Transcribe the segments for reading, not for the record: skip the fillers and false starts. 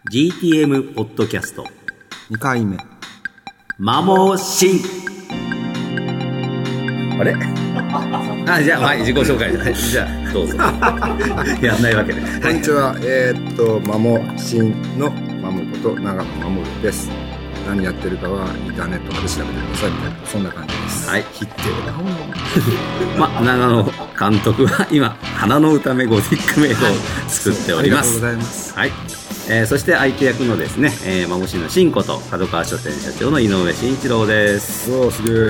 GTM ポッドキャスト 2回目マモシン。あれじゃあ、はい、自己紹介じゃあどうぞやんないわけで、 こんにちは、マモシンのマモこと長野マモルです。何やってるかはインターネットで調べてくださいみたいな、そんな感じです。 はい、 切ってるな長野監督は今花の歌めゴティックメイドを作っております。 ありがとうございます。 はい、そして相手役のですね、マモシンの新こと角川書店社長の井上慎一郎です。 おー、すげえ。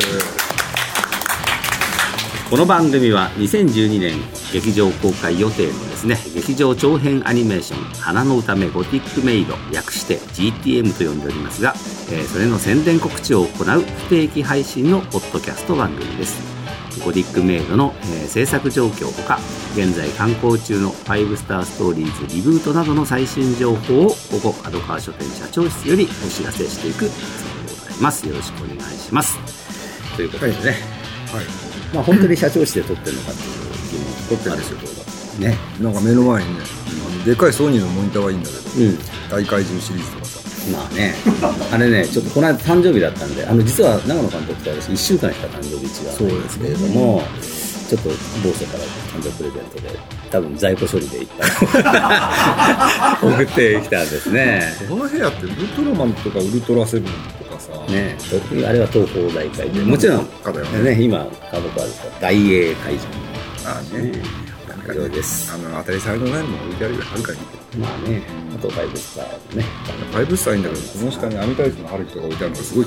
この番組は2012年劇場公開予定のですね、劇場長編アニメーション花の歌めゴティックメイド、略して GTM と呼んでおりますが、それの宣伝告知を行う不定期配信のポッドキャスト番組です。ゴティックメイドの、制作状況ほか、現在刊行中の5スターストーリーズリブートなどの最新情報をここ角川書店社長室よりお知らせしていくつもりでございます。よろしくお願いします。ということでね、はい、まあ、本当に社長室で撮ってるのかっていう疑問撮ってるんですよ、これがね。 なんか目の前にね、でかいソニーのモニターはいいんだけど、大怪獣シリーズとかさ、 まあね、あれね、ちょっとこの間誕生日だったんで、実は長野監督と私1週間しか誕生日違うんですけれども、ちょっと某所から誕生日プレゼントで多分在庫処理でいっぱい送ってきたんですね。 この部屋ってウルトラマンとかウルトラセブンとかさ、 ね、あれは東宝大会で、もちろん、ね、今角川ですから大英会場、 ああね、 ようです。 当たり障りのないものを置いてあるよ、はるかに。 まあね、あと5スターね。 5スターいいんだけど、この下に網タイツの春樹とか置いてあるのがすごい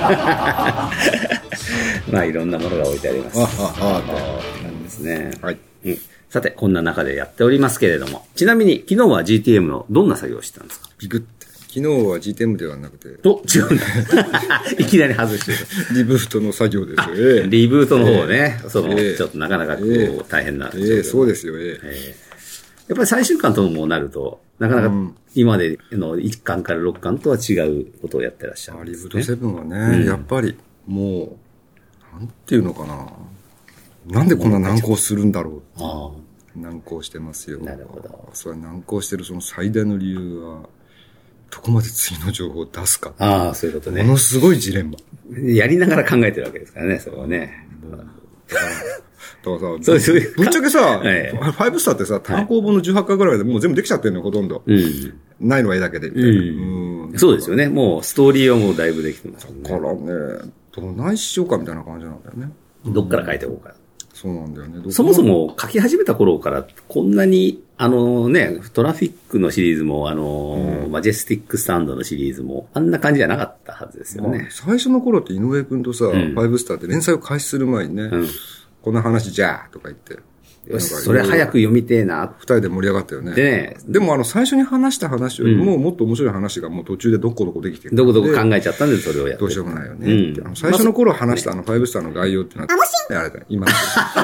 まあいろんなものが置いてあります。って感じですね。はい。さて、こんな中でやっておりますけれども、ちなみに昨日は GTM のどんな作業をしてたんですか？ ビクって。昨日は GTM ではなくて。 違うんだ。いきなり外してる。 リブートの作業ですよ。 リブートの方ね。ちょっとなかなか大変な。 そうですよ。 やっぱり最終巻ともなると、なかなか今までの1巻から6巻とは違うことをやってらっしゃるんですね。 リブート7はね、やっぱりもう、なんていうのかな。なんでこんな難航するんだろう。難航してますよ。 なるほど。 それ難航してるその最大の理由は、どこまで次の情報を出すか。 そういうことね。 ものすごいジレンマ。 やりながら考えてるわけですからね、それはね。 だからさ、ぶっちゃけさ、5スターってさ、単行本の18巻ぐらいでもう全部できちゃってるのよ、ほとんど。ないのは絵だけで、みたいな。 そうですよね。もう、ストーリーはもうだいぶできてますね。 だからね、どないしようかみたいな感じなんだよね。 どっから書いていこうか。 そうなんだよね。 そもそも書き始めた頃から、こんなに、トラフィックのシリーズも、マジェスティックスタンドのシリーズも、あんな感じじゃなかったはずですよね。 最初の頃って井上くんとさ、5スターって連載を開始する前にね、こんな話じゃーとか言って。 よし、それ早く読みてえな。 二人で盛り上がったよね。でも最初に話した話よりも、もっと面白い話がもう途中でどこできてる。 どこ考えちゃったんで、それをやって。 どうしようもないよね。最初の頃話した5スターの概要ってのは、あれだよ、今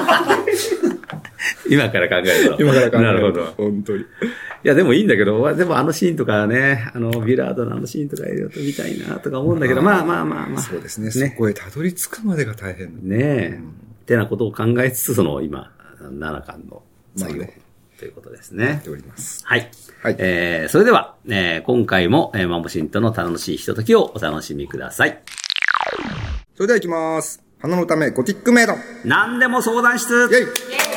から考えると。 今から考えると。 なるほど。 本当に。いや、でもいいんだけど、でもシーンとかね、ビラードのシーンとかいろいろと見たいなとか思うんだけど、まあ。 そうですね。そこへたどり着くまでが大変。 ねえ。ってなことを考えつつ、今、7巻の作業ということですね。 やっております。 はい。それでは、今回も、マモシンとの楽しいひとときをお楽しみください。 それでは行きます。花のためゴティックメイド。 何でも相談室。 イェイ。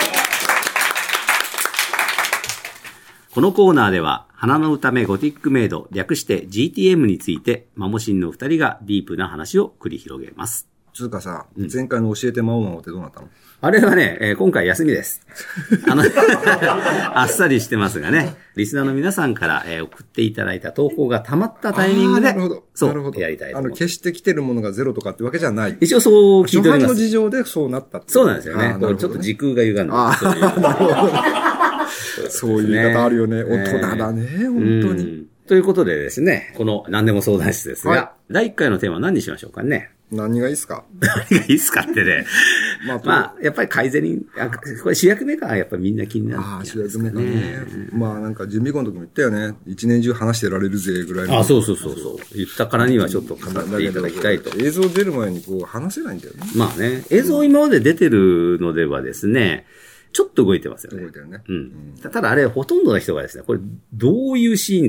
このコーナーでは、花の歌めゴティックメイド、略して GTM について、マモシンの2人がディープな話を繰り広げます。 つうかさ、前回の教えてまおうってどうなったの？ あれはね、今回休みです。あっさりしてますがね、リスナーの皆さんから、送っていただいた投稿が溜まったタイミングで、そう、やりたいと思います。 決して来てるものがゼロとかってわけじゃない。 一応そう聞いております。 初版の事情でそうなったって。 そうなんですよね。ちょっと時空が歪んでる。なるほど。 そういう言い方あるよね。大人だね、本当に。 ということでですね、この何でも相談室ですが、第1回のテーマは何にしましょうかね。 何がいいっすか？ 何がいいっすかってね。まあ、やっぱり改善に、これ主役メーカーはやっぱりみんな気になる。 主役メーカーね。まあなんか準備校の時も言ったよね。一年中話してられるぜぐらいの。 そう。言ったからにはちょっと語っていただきたいと。 映像出る前に話せないんだよね。 まあね、映像今まで出てるのではですね、ちょっと動いてますよね。 動いてるね。 ただあれほとんどの人がですね、これどういうシーンかっ 、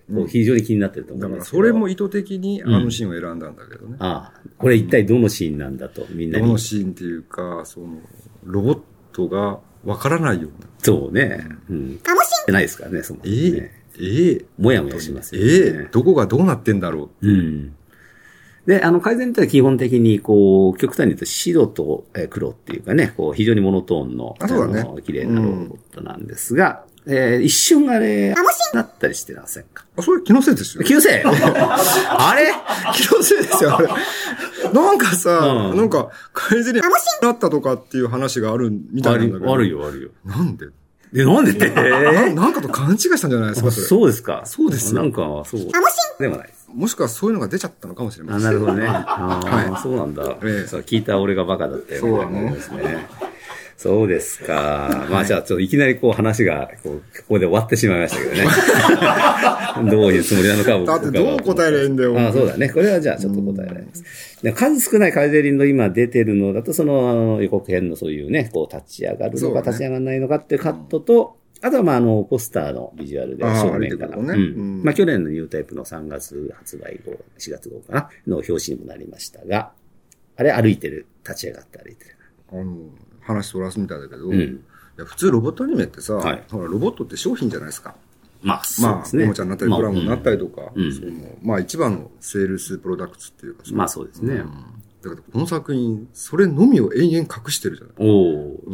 非常に気になってると思います。 だからそれも意図的にあのシーンを選んだんだけどね。 ああ、これ一体どのシーンなんだと、みんなに。 どのシーンっていうか、ロボットがわからないような。 そうね。うん。かもしれないですからね、その、ね。もやもやしますよね。 どこがどうなってんだろう。 うん。で、改善ってのは基本的に、極端に言うと白と黒っていうかね、非常にモノトーンの、綺麗なロボットなんですが、一瞬あれ、なったりしてませんか？ それ気のせいですよ。 気のせいあれ気のせいですよ、あれ。なんかさ、なんか、改善になったとかっていう話があるみたいなんだけど。 あるよ。 なんでなんでってなんかと勘違いしたんじゃないですか、それ。 そうですか。 そうですよ。 なんか、そう。でもないです。 もしくはそういうのが出ちゃったのかもしれません。 なるほどね。はい。そうなんだ。聞いた俺がバカだったよ。 そうだね。 そうですか。まあじゃあ、ちょっといきなり話が、ここで終わってしまいましたけどね。どういうつもりなのかだってどう答えればいいんだよ。 そうだね。これはじゃあちょっと答えられます。数少ないカイゼリンの今出てるのだと、予告編のそういうね、立ち上がるのか立ち上がらないのかっていうカットと、あとはポスターのビジュアルで正面から。去年のニュータイプの3月発売後、4月号かなの表紙にもなりましたが、あれ歩いてる。立ち上がって歩いてる。 話そらすみたいだけど、普通ロボットアニメってさ、ほらロボットって商品じゃないですか。 まあ、そうですね。 おもちゃになったり、プラモになったりとか、一番のセールスプロダクツっていうかさ。 まあそうですね。 だからこの作品、それのみを延々隠してるじゃない。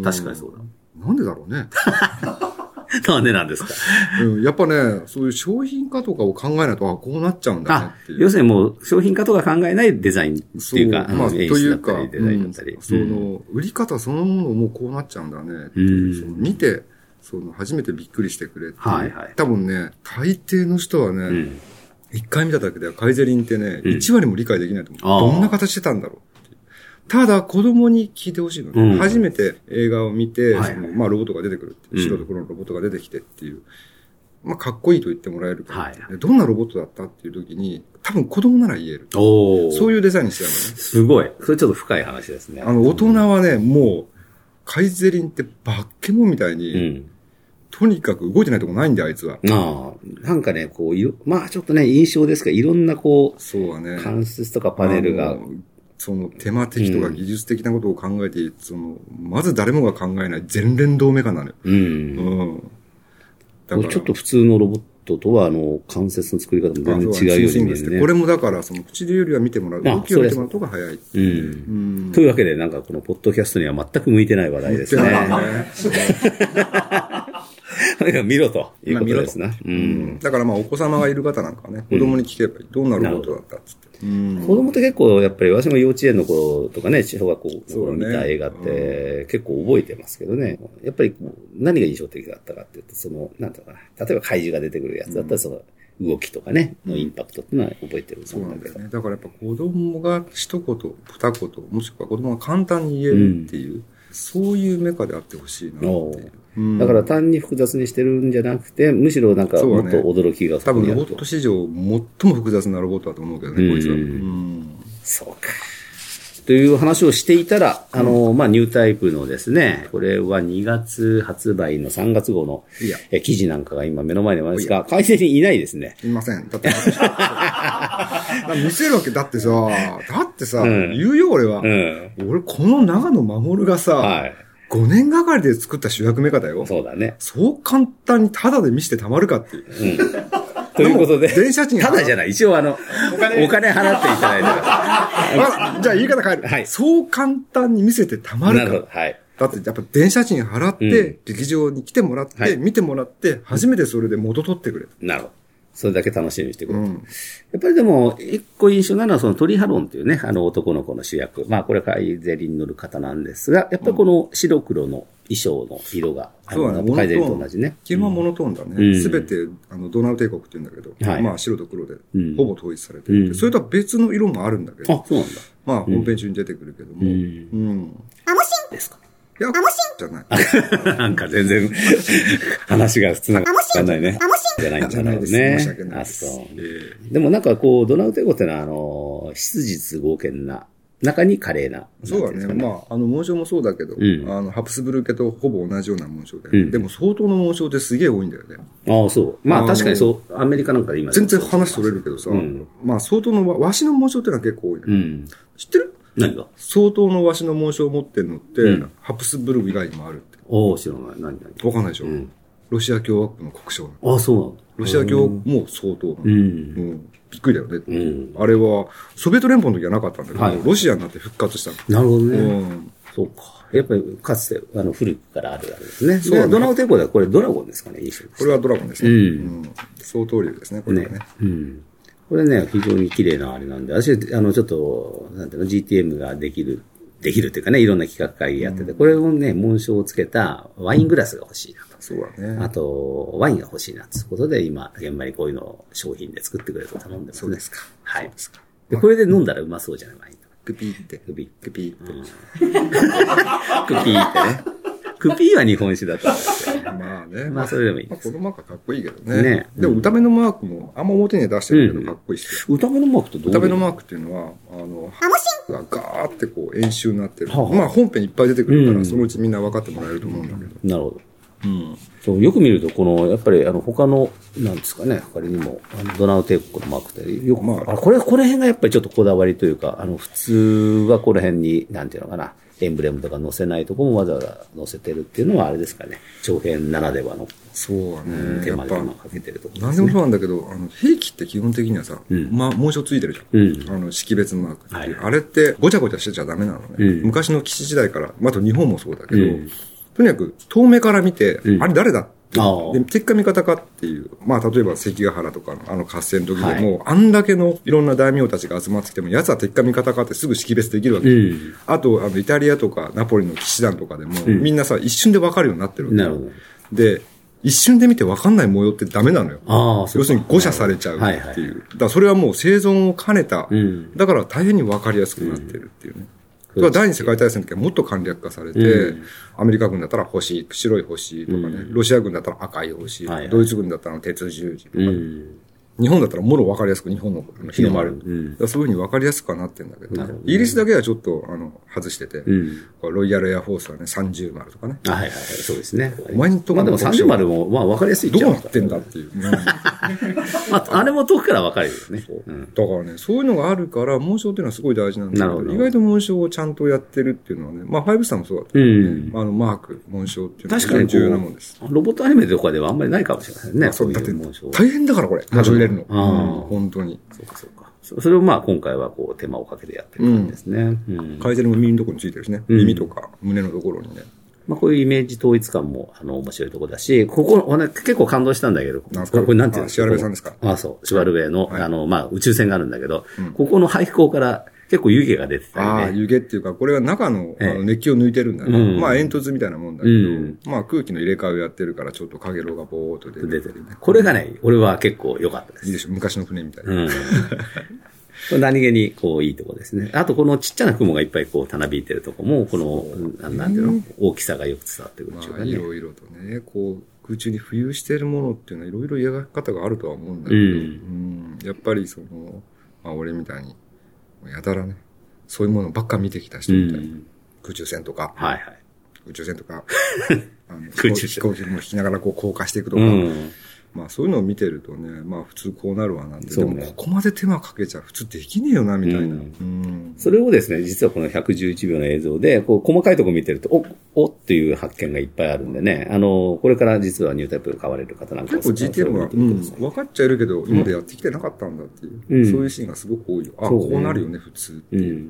確かにそうだ。なんでだろうね。 なんでなんですか。 やっぱね、そういう商品化とかを考えないと、こうなっちゃうんだねっていう。 要するにもう、商品化とか考えないデザインっていうか、 というか、売り方そのものもこうなっちゃうんだね。見て、初めてびっくりしてくれって。多分ね、大抵の人はね、一回見ただけではカイゼリンってね、1割も理解できないと思う。どんな形してたんだろう。ただ、子供に聞いてほしいのね。初めて映画を見て、ロボットが出てくるっていう。白と黒のロボットが出てきてっていう。かっこいいと言ってもらえるから。どんなロボットだったっていう時に、多分子供なら言える。そういうデザインにしてあるのね。 すごい。それちょっと深い話ですね。 大人はね、もう、カイゼリンってバッケモンみたいに、とにかく動いてないとこないんだよ、あいつは。 なんかね、ちょっとね、印象ですが、いろんなそうはね。 関節とかパネルが、 手間的とか技術的なことを考えて、まず誰もが考えない全連動メカなのよ。 だからちょっと普通のロボットとは、関節の作り方も全然違うように見えるね。 これもだから、口でよりは見てもらう。動きを見てもらうとが早い。というわけで、なんかこのポッドキャストには全く向いてない話題ですね。見ろということですな。 だからお子様がいる方なんかはね、子供に聞けばどんなロボットだったっつって。 子供って結構やっぱり私も幼稚園の頃とかね、小学校の頃見た映画って結構覚えてますけどね。やっぱり何が印象的だったかっていうと、なんていうかな、例えば怪獣が出てくるやつだったら動きとかね、のインパクトっていうのは覚えてると思うんだけど。 だからやっぱ子供が一言、二言、もしくは子供が簡単に言えるっていう、そういうメカであってほしいなっていう。 だから単に複雑にしてるんじゃなくて、むしろなんかもっと驚きが多分ロボット史上最も複雑なロボットだと思うけどね、こいつは。 そうか。という話をしていたら、ニュータイプのですね、これは2月発売の3月号の記事なんかが今目の前にありますが、改正にいないですね。 いません。だって見せるわけだってさ、言うよ俺は。俺この長野守がさ、5年がかりで作った主役メカだよ。 そうだね。 そう簡単にタダで見せてたまるかっていう。 ということで、 電車賃タダじゃない。一応お金払っていただいてます。 じゃあ言い方変える。そう簡単に見せてたまるか。 なるほど。 だってやっぱ電車賃払って、劇場に来てもらって、見てもらって、初めてそれで元取ってくれ。 なるほど。それだけ楽しみにしてくれる。やっぱりでも、一個印象なのはトリハロンというね、男の子の主役。これカイゼリンに乗る方なんですが、やっぱりこの白黒の衣装の色が、 そうだね。 カイゼリンと同じね。 基本はモノトーンだね。すべて、ドナル帝国って言うんだけど、白と黒で、ほぼ統一されていて、それとは別の色もあるんだけど、 そうなんだ。 本編中に出てくるけども、 あもしんですかいや、じゃない。 なんか全然、話がつながらないね。じゃないんだろうね。 申し訳ないです。 でもなんかドナル帝国ってのは、質実剛健な中に華麗な。 そうだね。まあ、紋章もそうだけど、ハプスブルク家とほぼ同じような紋章で。でも相当の紋章ってすげえ多いんだよね。 ああ、そう。まあ確かにそう、アメリカなんかで今。 全然話取れるけどさ、まあ相当の和紙の紋章ってのは結構多いね。知ってる？ 何が？ 相当の和紙の紋章を持ってるのって、ハプスブルク以外にもあるって。 おー、知らない。何わかんないでしょ。ロシア共和国の国章。 ああ、そうなんだ。 ロシア共和国も相当。びっくりだよね。あれは、ソビエト連邦の時はなかったんだけど、ロシアになって復活したの。なるほどね。そうか。やっぱりかつて、古くからあるあれですね。そうドラゴン帝国ではこれドラゴンですかね、 これはドラゴンですね。相当流ですね、これはね。 これね、非常に綺麗なあれなんで、私、ちょっと、なんていうの、GTM ができるっていうかね、いろんな企画会議やってて、これをね、紋章をつけたワイングラスが欲しいなと。 そうだね。 あと、ワインが欲しいなということで、今、現場にこういうのを商品で作ってくれと頼んでますね。 そうですか。 はい。で、これで飲んだらうまそうじゃないワイン。 クピーって。クピーって。 クピーってね。クピーは日本酒だったんですよ。 まあね。 まあそれでもいい。 このマークはかっこいいけどね。ね。でも歌目のマークもあんま表に出してるけどかっこいいし。 歌目のマークってどういう？ 歌目のマークっていうのは、がガーってこう演習になってる。まあ本編いっぱい出てくるから、そのうちみんな分かってもらえると思うんだけど。 なるほど。そうよく見ると、この、やっぱり、他の、なんですかね、他にも、ドナウ帝国のマークって、よく、まあ、この辺がやっぱりちょっとこだわりというか、普通はこの辺に、なんていうのかな、エンブレムとか載せないとこもわざわざ載せてるっていうのはあれですかね、長編ならではの。 そうね。 手間がかけてるところですね。 何でもそうなんだけど、兵器って基本的にはさ、まあ、紋章ついてるじゃん。識別マークっていう。あれってごちゃごちゃしてちゃダメなのね。昔の騎士時代から、また日本もそうだけど、とにかく遠目から見て、あれ誰だってで、敵か味方かっていう、まあ例えば関ヶ原とかの合戦の時でも、あんだけのいろんな大名たちが集まってきても、奴は敵か味方かってすぐ識別できるわけです。あと、イタリアとかナポリの騎士団とかでも、みんなさ、一瞬で分かるようになってるわけ。 なるほど。 で、一瞬で見て分かんない模様ってダメなのよ。要するに誤射されちゃうっていう。だからそれはもう生存を兼ねた、だから大変に分かりやすくなってるっていうね。第二次世界大戦の時はもっと簡略化されて、アメリカ軍だったら星、白い星とかね、ロシア軍だったら赤い星、ドイツ軍だったら鉄十字とかね、日本だったらもろ分かりやすく日本の日の丸。そういうふうに分かりやすくはなってんだけど、イギリスだけはちょっと外してて、ロイヤルエアフォースはね、30丸とかね。 はいはい、そうですね。 お前にとこでも30丸もまあ分かりやすいどうなってんだっていう。 あれも遠くから分かるよね。 だからね、そういうのがあるから、紋章っていうのはすごい大事なんだけど、意外と紋章をちゃんとやってるっていうのはね、まあ5スターもそうだったけどね。マーク、紋章っていうのは非常に重要なもんです。 ロボットアニメとかではあんまりないかもしれないね。 そうだって大変だからこれ、紋章入れるの。本当に。 そうかそうか。それをまあ今回はこう手間をかけてやってる感じですね。 カイゼルも耳のところについてるしね。耳とか胸のところにね。 まあこういうイメージ統一感も面白いところだし、ここ結構感動したんだけど、これなんていうの？ シュワルベさんですか？ そう。シュワルベのまあ宇宙船があるんだけど、ここの排気口から結構湯気が出てたりね。 湯気っていうか、これは中の熱気を抜いてるんだね。まあ煙突みたいなもんだけど、まあ空気の入れ替えをやってるからちょっと影炉がボーっと出てる。 これがね、俺は結構良かったです。 いいでしょ、昔の船みたいな。 何気にこういいとこですね。あとこのちっちゃな雲がいっぱいこうたなびいてるとこも、この、なんていうの、大きさがよく伝わってくるっていうかね。 いろいろとね、こう空中に浮遊しているものっていうのはいろいろ描き方があるとは思うんだけど、やっぱりまあ俺みたいに、やたらね、そういうものばっか見てきた人みたいな。空中戦とか。宇宙船とか、飛行機も引きながらこう降下していくとか。まあそういうのを見てるとね、まあ普通こうなるわなんて。でもここまで手間かけちゃ普通できねえよな、みたいな。 それをですね、実はこの111秒の映像で、こう細かいところ見てると、おっていう発見がいっぱいあるんでね、これから実はニュータイプ買われる方なんか結構 GTM は、分かっちゃいるけど、今までやってきてなかったんだっていう、そういうシーンがすごく多いよ。こうなるよね、普通っていう。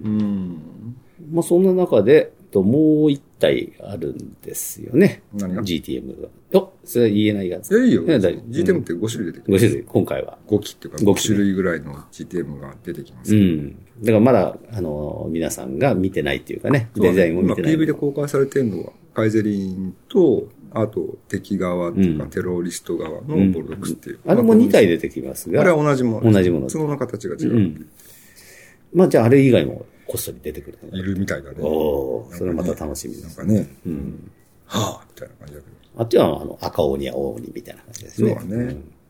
まあそんな中で、もう一体あるんですよね。 何が ?GTM が。それは言えないやつ。 いいよ。GTM って5種類出てくる。 5種類、今回は。 5機っていうか5種類ぐらいの GTM が出てきます。 だからまだ、皆さんが見てないっていうかね、デザインも見てない。 PV で公開されてるのは、カイゼリンと、あと、敵側っていうか、テロリスト側のボルドックスっていう。 あれも2体出てきますが。 あれは同じもの。 同じもの。 その形が違う。 まあじゃああれ以外もこっそり出てくる。 いるみたいだね。 それまた楽しみです。 なんかね。はぁみたいな感じだけど。 あっちは赤鬼や大鬼みたいな感じですね。 そうだね。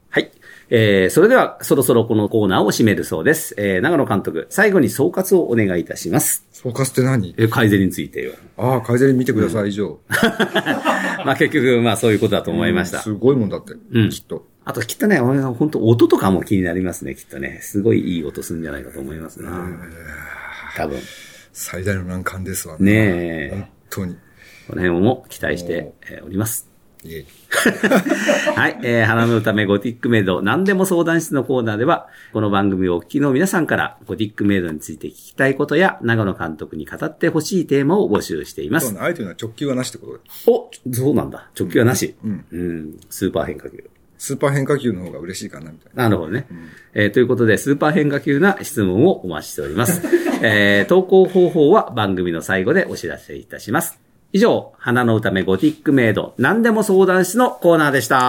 はい。それでは、そろそろこのコーナーを締めるそうです。長野監督、最後に総括をお願いいたします。 総括って何？ 改善についてよ。 改善見てください、以上。 まあ結局、まあそういうことだと思いました。 すごいもんだって、きっと。 あときっとね、本当音とかも気になりますね、きっとね。すごいいい音するんじゃないかと思いますね。多分。 最大の難関ですわね。ねえ。 本当に。 この辺も期待しております。はい。花の歌めゴティックメイド何でも相談室のコーナーでは、この番組をお聞きの皆さんからゴティックメイドについて聞きたいことや、長野監督に語ってほしいテーマを募集しています。 あえていうのは直球はなしってことで。 そうなんだ。直球はなし。スーパー変化球。 スーパー変化球の方が嬉しいかなみたいな。 なるほどね。ということで、スーパー変化球な質問をお待ちしております。投稿方法は番組の最後でお知らせいたします。以上、花の歌めゴティックメイド何でも相談室のコーナーでした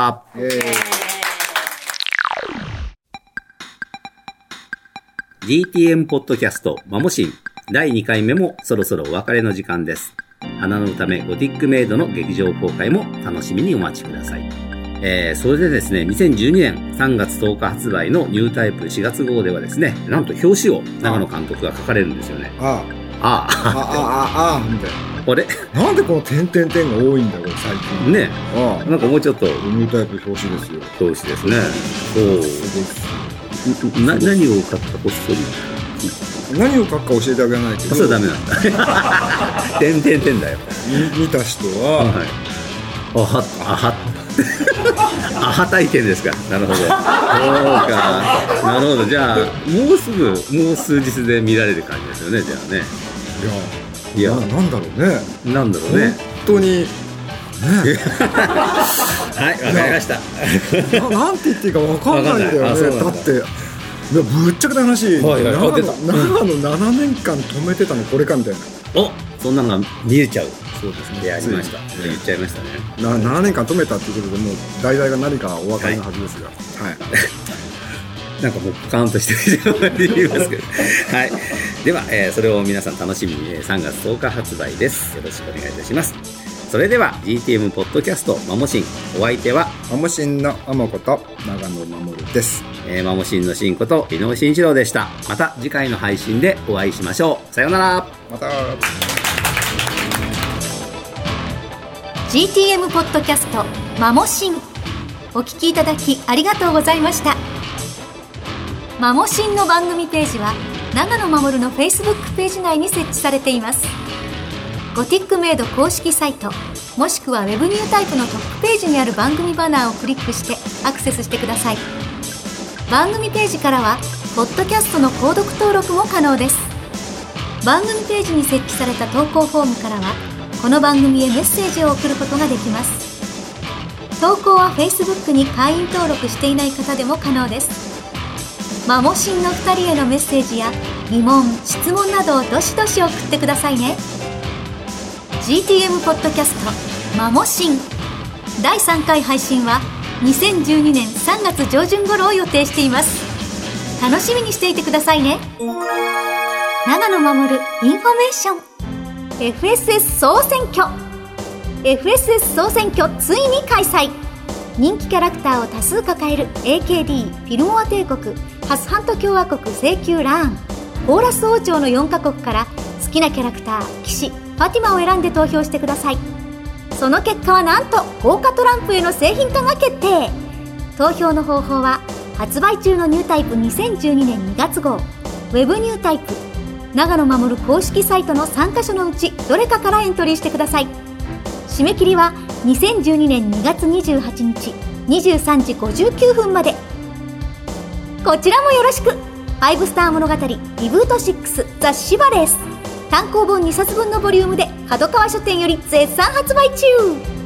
。GTM ポッドキャストマモシン第2回目もそろそろお別れの時間です。花の歌めゴティックメイドの劇場公開も楽しみにお待ちください。それでですね、2012年3月10日発売のニュータイプ4月号ではですね、なんと表紙を長野監督が書かれるんですよね。 みたいな。 あれなんでこの点々点が多いんだよ、最近。 ね。なんかもうちょっと。 ニュータイプ表紙ですよ。 表紙ですね。何を書くかこっそり。 何を書くか教えてあげないけど。 それはダメなんだ。点々点だよ。 見た人は、 アハ体験ですか。なるほど。そうか。なるほど。じゃあ、もう数日で見られる感じですよね、じゃあね。いや、なんだろうね。 本当に。 はい、わかりました。 なんて言っていいかわかんないんだよね。だって、ぶっちゃけた話、長野7年間止めてたのこれかみたいな。 そんなのが見えちゃう。 そうですね。 やりました。言っちゃいましたね。 7年間止めたっていうことで、もう題材が何かお分かりのはずですが。はい。 なんかもうカウントして言いますけど。はい。では、それを皆さん楽しみに3月10日発売です。よろしくお願いいたします。それでは GTM ポッドキャストマモシン、お相手はマモシンのアモこと長野守です。 マモシンのシンこと井上慎一郎でした。また次回の配信でお会いしましょう。さようなら。 また。 GTM ポッドキャストマモシン、お聞きいただきありがとうございました。マモシンの番組ページは長野守の Facebook ページ内に設置されています。ゴティックメイド公式サイトもしくは Web ニュータイプのトップページにある番組バナーをクリックしてアクセスしてください。番組ページからはポッドキャストの購読登録も可能です。番組ページに設置された投稿フォームからはこの番組へメッセージを送ることができます。投稿は Facebook に会員登録していない方でも可能です。マモシンの2人へのメッセージや疑問・質問などをどしどし送ってくださいね。 GTM ポッドキャストマモシン第3回配信は2012年3月上旬頃を予定しています。楽しみにしていてくださいね。長野守インフォメーション FSS 総選挙 FSS 総選挙ついに開催。人気キャラクターを多数抱える AKD フィルモア帝国、ハスハント共和国、聖宮ラーン、ホーラス王朝の4カ国から好きなキャラクター、騎士、ファティマを選んで投票してください。その結果はなんと豪華トランプへの製品化が決定。投票の方法は発売中のニュータイプ2012年2月号、ウェブニュータイプ、長野守公式サイトの3カ所のうちどれかからエントリーしてください。締め切りは2012年2月28日23時59分まで。こちらもよろしく。5スター物語リブート6ザ・シバレース単行本2冊分のボリュームで角川書店より絶賛発売中。